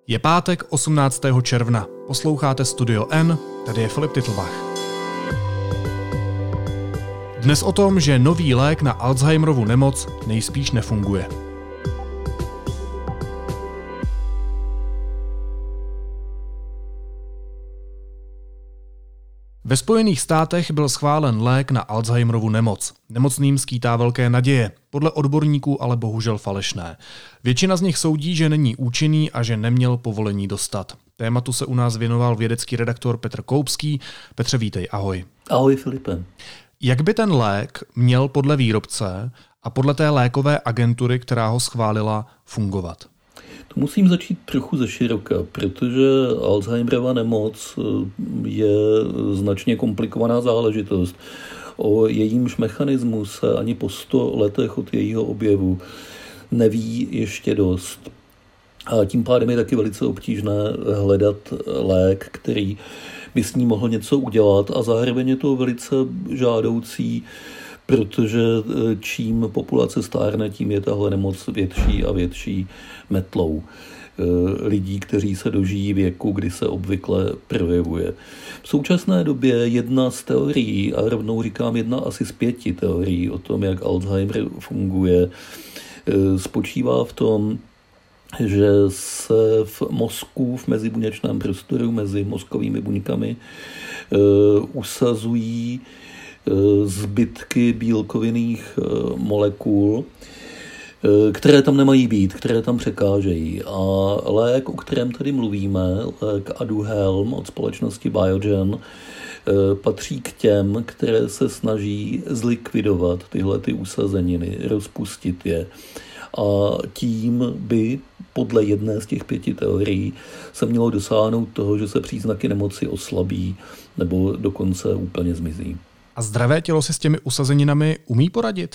Je pátek 18. června. Posloucháte Studio N, tady je Filip Titlbach. Dnes o tom, že nový lék na Alzheimerovu nemoc nejspíš nefunguje. Ve Spojených státech byl schválen lék na Alzheimerovu nemoc. Nemocným skýtá velké naděje, podle odborníků ale bohužel falešné. Většina z nich soudí, že není účinný a že neměl povolení dostat. Tématu se u nás věnoval vědecký redaktor Petr Koupský. Petře, vítej, ahoj. Ahoj, Filipe. Jak by ten lék měl podle výrobce a podle té lékové agentury, která ho schválila, fungovat? To musím začít trochu ze široka, protože Alzheimerova nemoc je značně komplikovaná záležitost. O jejímž mechanismu se ani po 100 letech od jejího objevu neví ještě dost. A tím pádem je taky velice obtížné hledat lék, který by s ní mohl něco udělat, a zároveň je to velice žádoucí, protože čím populace stárne, tím je tahle nemoc větší a větší metlou lidí, kteří se dožijí věku, kdy se obvykle projevuje. V současné době jedna z teorií, a rovnou říkám jedna asi z 5 teorií o tom, jak Alzheimer funguje, spočívá v tom, že se v mozku, v mezibuněčném prostoru mezi mozkovými buňkami usazují zbytky bílkovinných molekul, které tam nemají být, které tam překážejí. A lék, o kterém tady mluvíme, lék Aduhelm od společnosti Biogen, patří k těm, které se snaží zlikvidovat tyhle ty usazeniny, rozpustit je. A tím by podle jedné z těch 5 teorií se mělo dosáhnout toho, že se příznaky nemoci oslabí nebo dokonce úplně zmizí. A zdravé tělo si s těmi usazeninami umí poradit?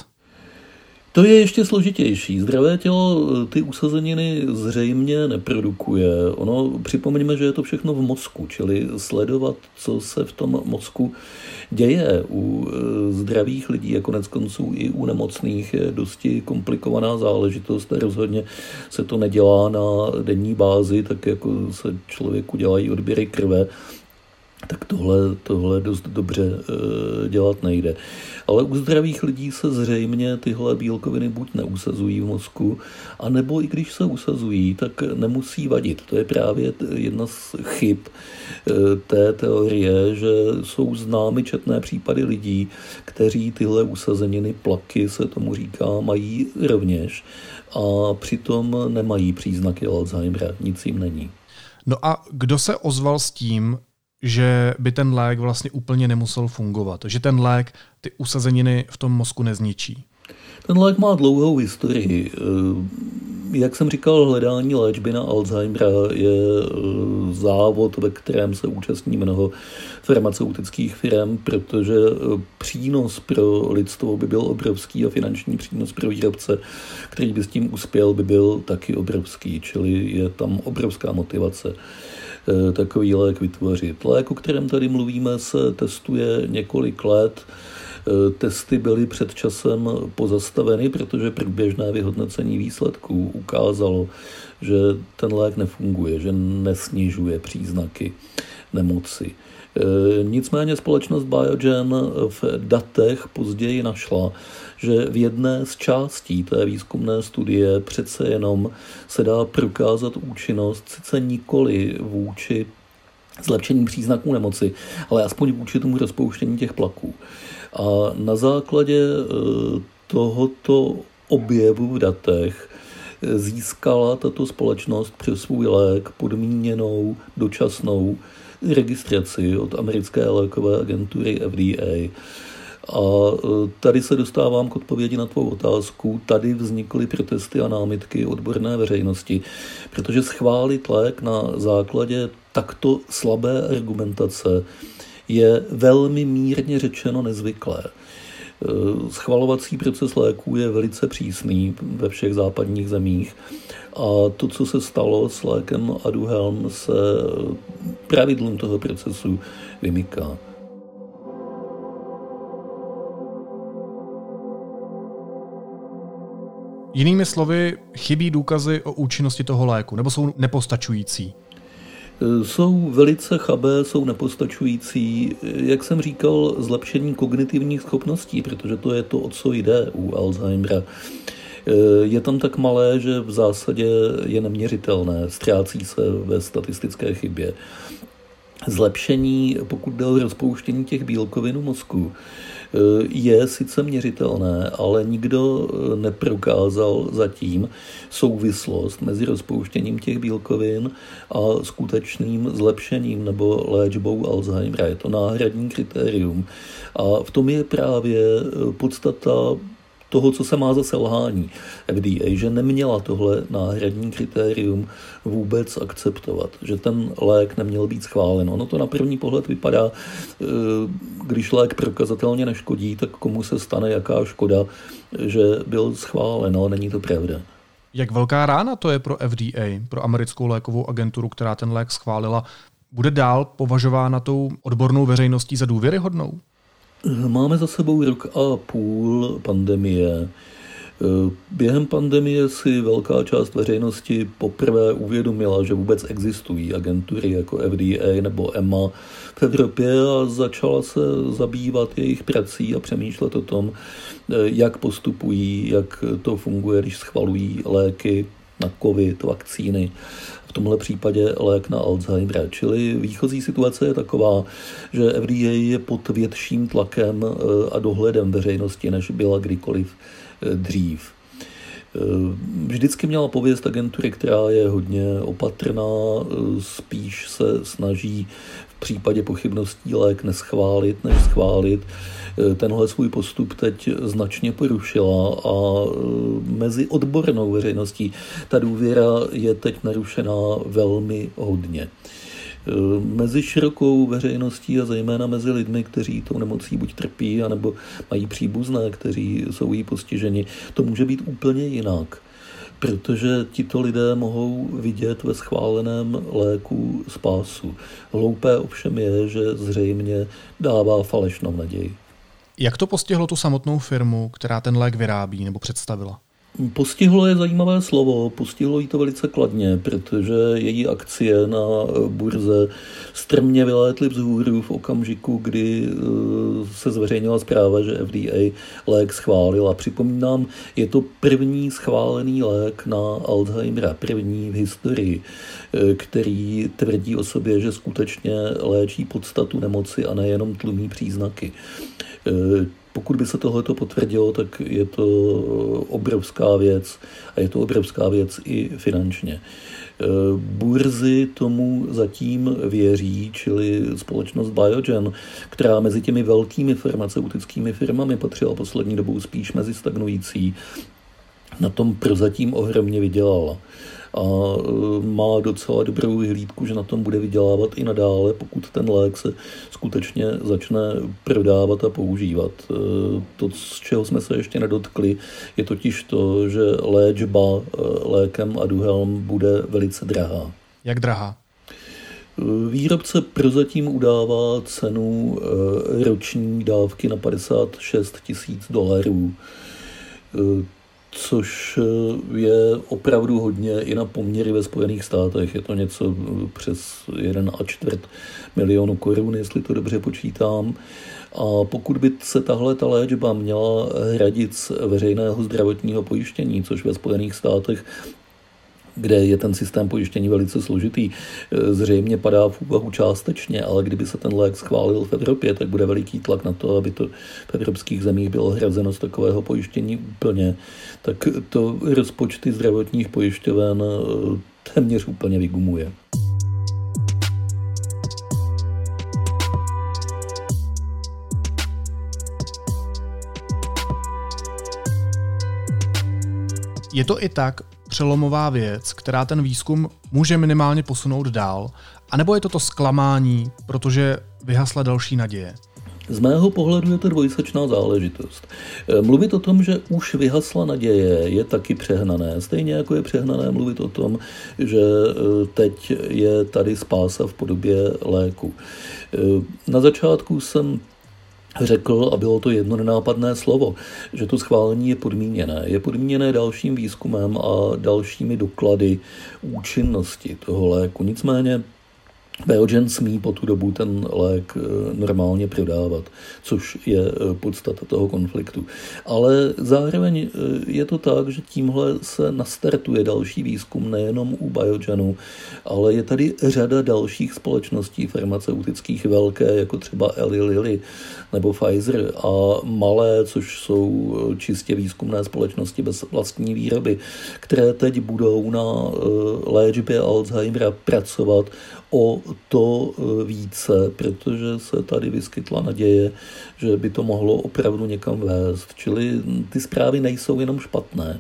To je ještě složitější. Zdravé tělo ty usazeniny zřejmě neprodukuje. Připomeňme, že je to všechno v mozku, čili sledovat, co se v tom mozku děje u zdravých lidí a koneckonců i u nemocných, je dosti komplikovaná záležitost. Rozhodně se to nedělá na denní bázi, tak jako se člověku dělají odběry krve. Tak tohle dost dobře dělat nejde. Ale u zdravých lidí se zřejmě tyhle bílkoviny buď neusazují v mozku, anebo i když se usazují, tak nemusí vadit. To je právě jedna z chyb té teorie, že jsou známy četné případy lidí, kteří tyhle usazeniny, plaky se tomu říká, mají rovněž a přitom nemají příznaky Alzheimera, nic jim není. No a kdo se ozval s tím, že by ten lék vlastně úplně nemusel fungovat, že ten lék ty usazeniny v tom mozku nezničí? Ten lék má dlouhou historii. Jak jsem říkal, hledání léčby na Alzheimera je závod, ve kterém se účastní mnoho farmaceutických firm, protože přínos pro lidstvo by byl obrovský a finanční přínos pro výrobce, který by s tím uspěl, by byl taky obrovský, čili je tam obrovská motivace takový lék vytvořit. Lék, o kterém tady mluvíme, se testuje několik let. Testy byly před časem pozastaveny, protože průběžné vyhodnocení výsledků ukázalo, že ten lék nefunguje, že nesnižuje příznaky nemoci. Nicméně společnost Biogen v datech později našla, že v jedné z částí té výzkumné studie přece jenom se dá prokázat účinnost, sice nikoli vůči zlepšení příznaků nemoci, ale aspoň vůči tomu rozpouštění těch plaků. A na základě tohoto objevu v datech získala tato společnost pro svůj lék podmíněnou dočasnou registraci od americké lékové agentury FDA. A tady se dostávám k odpovědi na tvou otázku. Tady vznikly protesty a námitky odborné veřejnosti, protože schválit lék na základě takto slabé argumentace je velmi mírně řečeno nezvyklé. Schvalovací proces léků je velice přísný ve všech západních zemích a to, co se stalo s lékem Aduhelm, se pravidlům toho procesu vymyká. Jinými slovy, chybí důkazy o účinnosti toho léku, nebo jsou nepostačující? Jsou velice chabé, jsou nepostačující. Jak jsem říkal, zlepšení kognitivních schopností, protože to je to, o co jde u Alzheimera. Je tam tak malé, že v zásadě je neměřitelné, ztrácí se ve statistické chybě. Zlepšení, pokud jde o rozpouštění těch bílkovin v mozku, je sice měřitelné, ale nikdo neprokázal zatím souvislost mezi rozpouštěním těch bílkovin a skutečným zlepšením nebo léčbou Alzheimera. Je to náhradní kritérium. A v tom je právě podstata toho, co se má za selhání FDA, že neměla tohle náhradní kritérium vůbec akceptovat, že ten lék neměl být schválen. Ono to na první pohled vypadá, když lék prokazatelně neškodí, tak komu se stane jaká škoda, že byl schválen, ale není to pravda. Jak velká rána to je pro FDA, pro americkou lékovou agenturu, která ten lék schválila? Bude dál považována tou odbornou veřejností za důvěryhodnou? Máme za sebou rok a půl pandemie. Během pandemie si velká část veřejnosti poprvé uvědomila, že vůbec existují agentury jako FDA nebo EMA v Evropě a začala se zabývat jejich prací a přemýšlet o tom, jak postupují, jak to funguje, když schvalují léky na COVID, vakcíny. V tomhle případě lék na Alzheimera. Čili výchozí situace je taková, že FDA je pod větším tlakem a dohledem veřejnosti, než byla kdykoliv dřív. Vždycky měla pověst agentury, která je hodně opatrná, spíš se snaží v případě pochybností lék neschválit, než schválit. Tenhle svůj postup teď značně porušila a mezi odbornou veřejností ta důvěra je teď narušená velmi hodně. Mezi širokou veřejností a zejména mezi lidmi, kteří tou nemocí buď trpí, anebo mají příbuzné, kteří jsou jí postiženi, to může být úplně jinak. Protože tito lidé mohou vidět ve schváleném léku spásu. Hloupé ovšem je, že zřejmě dává falešnou naději. Jak to postihlo tu samotnou firmu, která ten lék vyrábí nebo představila? Postihlo je zajímavé slovo, postihlo jí to velice kladně, protože její akcie na burze strmě vylétly vzhůru v okamžiku, kdy se zveřejnila zpráva, že FDA lék schválila. Připomínám, je to první schválený lék na Alzheimera, první v historii, který tvrdí o sobě, že skutečně léčí podstatu nemoci a nejenom tlumí příznaky. Pokud by se tohleto potvrdilo, tak je to obrovská věc a je to obrovská věc i finančně. Burzy tomu zatím věří, čili společnost Biogen, která mezi těmi velkými farmaceutickými firmami patřila poslední dobou spíš mezi stagnující, na tom prozatím ohromně vydělala. A má docela dobrou vyhlídku, že na tom bude vydělávat i nadále, pokud ten lék se skutečně začne prodávat a používat. To, z čeho jsme se ještě nedotkli, je totiž to, že léčba lékem Aduhelm bude velice drahá. Jak drahá? Výrobce prozatím udává cenu roční dávky na $56,000, což je opravdu hodně i na poměry ve Spojených státech. Je to něco přes 1,25 milionu korun, jestli to dobře počítám. A pokud by se tahle ta léčba měla hradit z veřejného zdravotního pojištění, což ve Spojených státech, kde je ten systém pojištění velice složitý, zřejmě padá v úvahu částečně, ale kdyby se ten lék schválil v Evropě, tak bude veliký tlak na to, aby to v evropských zemích bylo hrazeno z takového pojištění úplně, tak to rozpočty zdravotních pojišťoven téměř úplně vygumuje. Je to i tak přelomová věc, která ten výzkum může minimálně posunout dál, anebo je to zklamání, protože vyhasla další naděje? Z mého pohledu je to dvojsečná záležitost. Mluvit o tom, že už vyhasla naděje, je taky přehnané. Stejně jako je přehnané mluvit o tom, že teď je tady spása v podobě léku. Na začátku jsem řekl, a bylo to jedno nenápadné slovo, že to schválení je podmíněné. Je podmíněné dalším výzkumem a dalšími doklady účinnosti toho léku. Nicméně Biogen smí po tu dobu ten lék normálně prodávat, což je podstata toho konfliktu. Ale zároveň je to tak, že tímhle se nastartuje další výzkum nejenom u Biogenu, ale je tady řada dalších společností farmaceutických velké, jako třeba Eli Lilly nebo Pfizer, a malé, což jsou čistě výzkumné společnosti bez vlastní výroby, které teď budou na léčbě Alzheimera pracovat o to více, protože se tady vyskytla naděje, že by to mohlo opravdu někam vést. Čili ty zprávy nejsou jenom špatné.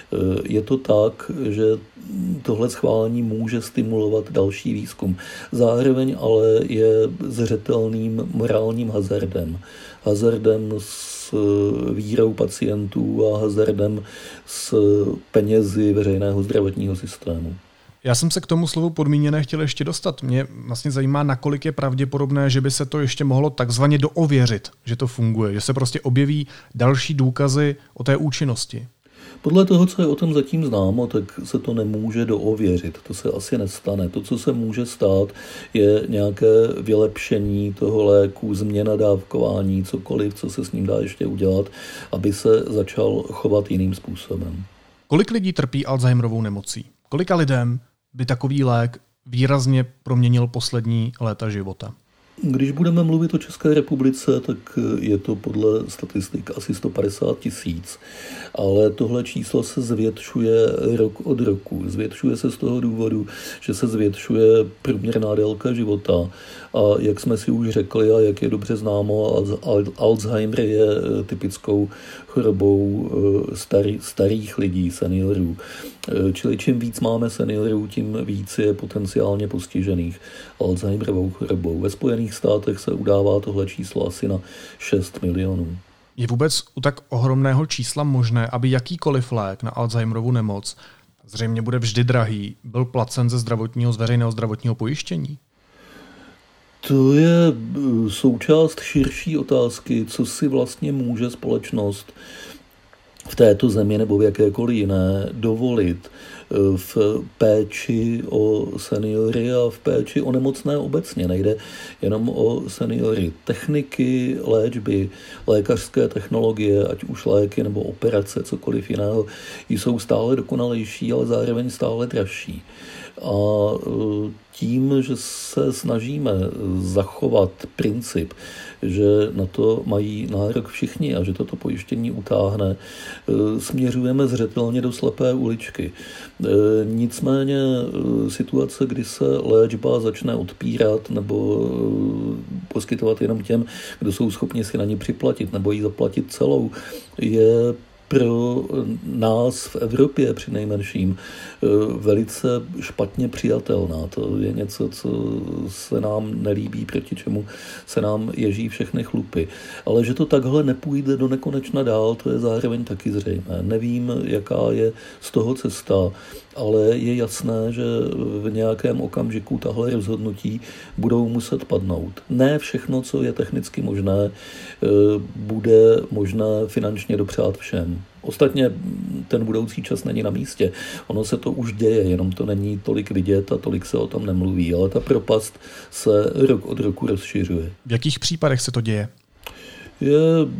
Je to tak, že tohle schválení může stimulovat další výzkum. Zároveň ale je zřetelným morálním hazardem. Hazardem s vírou pacientů a hazardem s penězi veřejného zdravotního systému. Já jsem se k tomu slovu podmíněné chtěl ještě dostat. Mě vlastně zajímá, nakolik je pravděpodobné, že by se to ještě mohlo takzvaně doověřit, že to funguje, že se prostě objeví další důkazy o té účinnosti. Podle toho, co je o tom zatím známo, tak se to nemůže doověřit. To se asi nestane. To, co se může stát, je nějaké vylepšení toho léku, změna dávkování, cokoliv, co se s ním dá ještě udělat, aby se začal chovat jiným způsobem. Kolik lidí trpí Alzheimerovou nemocí? Kolika lidem by takový lék výrazně proměnil poslední léta života? Když budeme mluvit o České republice, tak je to podle statistik asi 150 000, ale tohle číslo se zvětšuje rok od roku. Zvětšuje se z toho důvodu, že se zvětšuje průměrná délka života a jak jsme si už řekli a jak je dobře známo, Alzheimer je typickou chorobou starých lidí, seniorů. Čili čím víc máme seniorů, tím víc je potenciálně postižených Alzheimerovou chorobou. Ve Spojených státech se udává tohle číslo asi na 6 milionů. Je vůbec u tak ohromného čísla možné, aby jakýkoliv lék na Alzheimerovu nemoc, zřejmě bude vždy drahý, byl placen z veřejného zdravotního pojištění? To je součást širší otázky, co si vlastně může společnost v této zemi nebo v jakékoliv jiné dovolit v péči o seniory a v péči o nemocné obecně. Nejde jenom o seniory. Techniky léčby, lékařské technologie, ať už léky nebo operace, cokoliv jiného, jsou stále dokonalejší, ale zároveň stále dražší. A tím, že se snažíme zachovat princip, že na to mají nárok všichni a že toto pojištění utáhne, směřujeme zřetelně do slepé uličky. Nicméně situace, kdy se léčba začne odpírat nebo poskytovat jenom těm, kdo jsou schopni si na ní připlatit nebo ji zaplatit celou, je pro nás v Evropě přinejmenším velice špatně přijatelná. To je něco, co se nám nelíbí, proti čemu se nám ježí všechny chlupy. Ale že to takhle nepůjde do nekonečna dál, to je zároveň taky zřejmé. Nevím, jaká je z toho cesta, ale je jasné, že v nějakém okamžiku tahle rozhodnutí budou muset padnout. Ne všechno, co je technicky možné, bude možné finančně dopřát všem. Ostatně ten budoucí čas není na místě. Ono se to už děje, jenom to není tolik vidět a tolik se o tom nemluví, ale ta propast se rok od roku rozšiřuje. V jakých případech se to děje? Je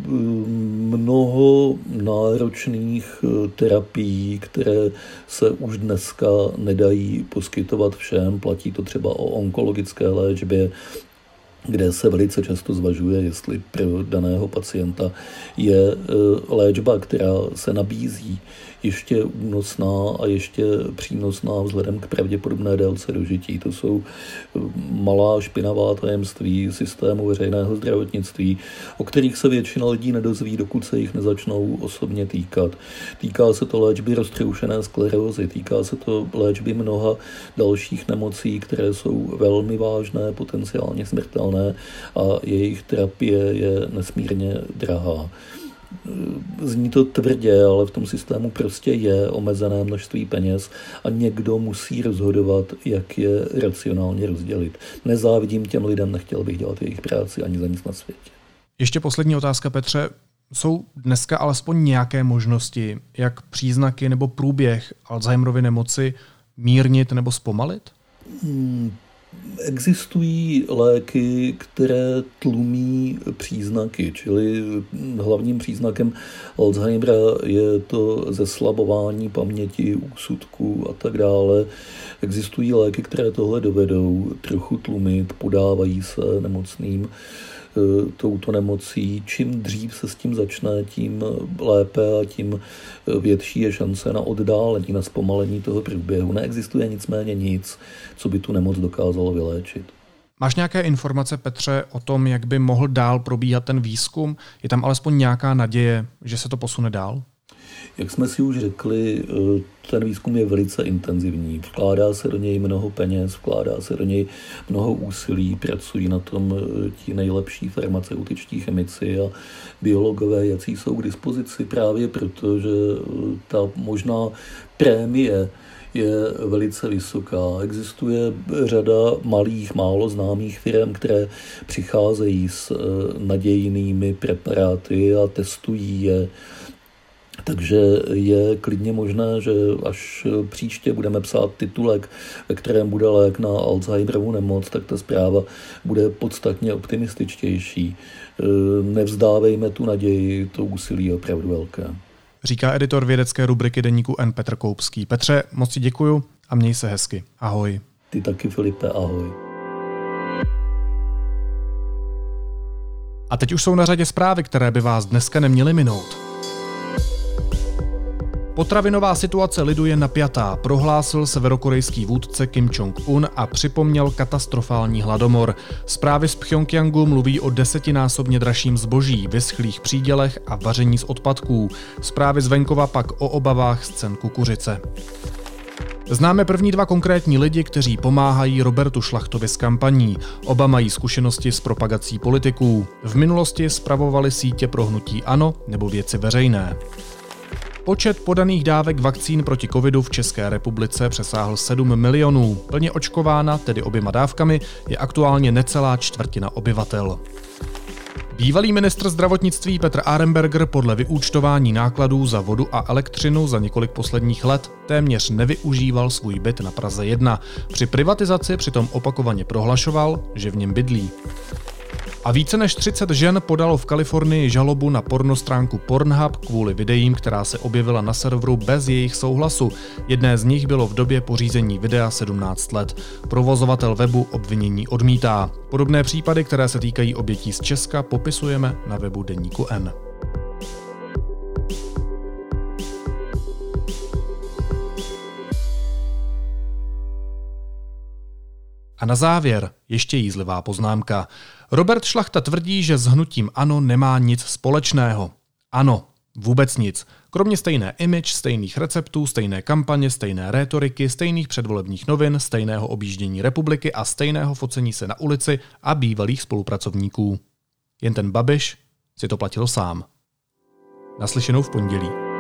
mnoho náročných terapií, které se už dneska nedají poskytovat všem. Platí to třeba o onkologické léčbě, kde se velice často zvažuje, jestli pro daného pacienta je léčba, která se nabízí, ještě únosná a ještě přínosná vzhledem k pravděpodobné délce dožití. To jsou malá špinavá tajemství systému veřejného zdravotnictví, o kterých se většina lidí nedozví, dokud se jich nezačnou osobně týkat. Týká se to léčby roztroušené sklerózy, týká se to léčby mnoha dalších nemocí, které jsou velmi vážné, potenciálně smrtelné a jejich terapie je nesmírně drahá. Zní to tvrdě, ale v tom systému prostě je omezené množství peněz a někdo musí rozhodovat, jak je racionálně rozdělit. Nezávidím těm lidem, nechtěl bych dělat jejich práci ani za nic na světě. Ještě poslední otázka, Petře. Jsou dneska alespoň nějaké možnosti, jak příznaky nebo průběh Alzheimerovy nemoci mírnit nebo zpomalit? Existují léky, které tlumí příznaky, čili hlavním příznakem Alzheimera je to zeslabování paměti, úsudku a tak dále. Existují léky, které tohle dovedou trochu tlumit, podávají se nemocným touto nemocí. Čím dřív se s tím začne, tím lépe a tím větší je šance na oddálení, na zpomalení toho průběhu. Neexistuje nicméně nic, co by tu nemoc dokázalo vyléčit. Máš nějaké informace, Petře, o tom, jak by mohl dál probíhat ten výzkum? Je tam alespoň nějaká naděje, že se to posune dál? Jak jsme si už řekli, ten výzkum je velice intenzivní. Vkládá se do něj mnoho peněz, vkládá se do něj mnoho úsilí, pracují na tom ti nejlepší farmaceutičtí chemici a biologové, jací jsou k dispozici právě proto, že ta možná prémie je velice vysoká. Existuje řada malých, málo známých firm, které přicházejí s nadějnými preparáty a testují je. Takže je klidně možné, že až příště budeme psát titulek, ve kterém bude lék na Alzheimerovu nemoc, tak ta zpráva bude podstatně optimističtější. Nevzdávejme tu naději, to úsilí je opravdu velké. Říká editor vědecké rubriky deníku N Petr Koupský. Petře, moc ti děkuju a měj se hezky. Ahoj. Ty taky, Filipe, ahoj. A teď už jsou na řadě zprávy, které by vás dneska neměly minout. Potravinová situace lidu je napjatá, prohlásil severokorejský vůdce Kim Jong-un a připomněl katastrofální hladomor. Zprávy z Pchjongjangu mluví o 10násobně dražším zboží, vyschlých přídělech a vaření z odpadků. Zprávy z venkova pak o obavách z cen kukuřice. Známe první dva konkrétní lidi, kteří pomáhají Robertu Šlachtovi s kampaní. Oba mají zkušenosti s propagací politiků. V minulosti spravovali sítě pro hnutí ANO nebo Věci veřejné. Počet podaných dávek vakcín proti covidu v České republice přesáhl 7 milionů. Plně očkována, tedy oběma dávkami, je aktuálně necelá čtvrtina obyvatel. Bývalý ministr zdravotnictví Petr Arenberger podle vyúčtování nákladů za vodu a elektřinu za několik posledních let téměř nevyužíval svůj byt na Praze 1. Při privatizaci přitom opakovaně prohlašoval, že v něm bydlí. A více než 30 žen podalo v Kalifornii žalobu na pornostránku Pornhub kvůli videím, která se objevila na serveru bez jejich souhlasu. Jedné z nich bylo v době pořízení videa 17 let. Provozovatel webu obvinění odmítá. Podobné případy, které se týkají obětí z Česka, popisujeme na webu deníku N. A na závěr ještě jízlivá poznámka. Robert Šlachta tvrdí, že s hnutím ANO nemá nic společného. Ano, vůbec nic. Kromě stejné image, stejných receptů, stejné kampaně, stejné rétoriky, stejných předvolebních novin, stejného objíždění republiky a stejného focení se na ulici a bývalých spolupracovníků. Jen ten Babiš si to platil sám. Naslyšenou v pondělí.